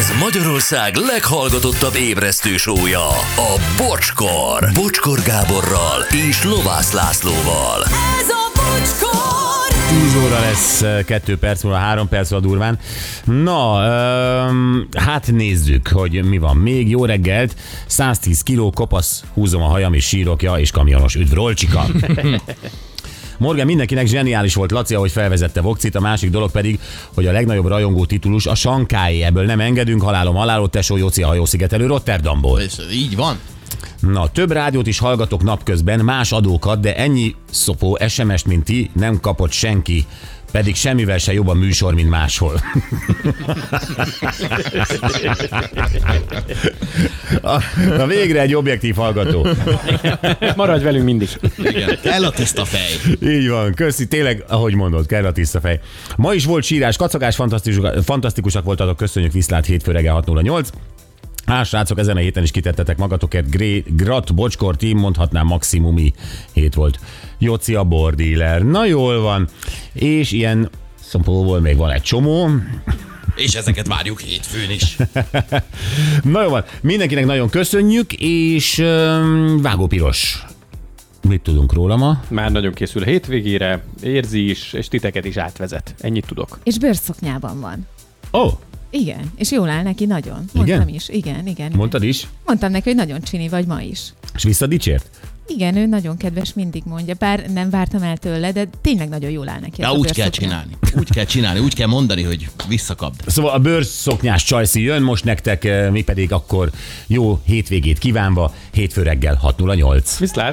Ez Magyarország leghallgatottabb ébresztő show-ja, a Bocskor. Bocskor Gáborral és Lovász Lászlóval. Ez a Bocskor! 10 óra lesz, 2 perc múlva, 3 perc múlva durván. Na, hát nézzük, hogy mi van még. Jó reggelt, 110 kiló, kopasz, húzom a hajam és sírok, ja, és kamionos. Üdv, Rolcsika! Morgan, mindenkinek zseniális volt Laci, ahogy felvezette Vokcit, a másik dolog pedig, hogy a legnagyobb rajongó titulus a Sankáé, ebből nem engedünk, halálom, tesó, Jóci a hajószigetelő Rotterdamból. És így van. Na, több rádiót is hallgatok napközben, más adókat, de ennyi szopó SMS-t, mint ti, nem kapott senki. Pedig semmivel se jobb a műsor, mint máshol. Na végre egy objektív hallgató. Maradj velünk mindig. Igen. Kell a tiszta fej. Így van, köszi, tényleg, ahogy mondod, kell a tiszta fej. Ma is volt sírás, kacagás, fantasztikusak voltatok, köszönjük, viszlát, hétfő reggel 6:08. Srácok, ezen a héten is kitettetek magatokért. Grat Bocskor team, mondhatnám maximumi hét volt. Jóci a bordíler. Na jól van. És ilyen szompóból még van egy csomó. És ezeket várjuk hétfőn is. Na jó van. Mindenkinek nagyon köszönjük, és vágópiros. Mit tudunk róla ma? Már nagyon készül a hétvégére, érzi is, és titeket is átvezet. Ennyit tudok. És bőrszoknyában van. Ó! Oh. Igen, és jól áll neki nagyon. Mondtam is, igen. Mondtad is? Mondtam neki, hogy nagyon csini vagy ma is. És visszadicsért? Igen, ő nagyon kedves, mindig mondja, bár nem vártam el tőle, de tényleg nagyon jól áll neki. Ja, úgy kell csinálni. Úgy kell mondani, hogy visszakapd. Szóval a bőrszoknyás csajszi jön most nektek, mi pedig akkor jó hétvégét kívánva, hétfő reggel 6:08. Viszlát!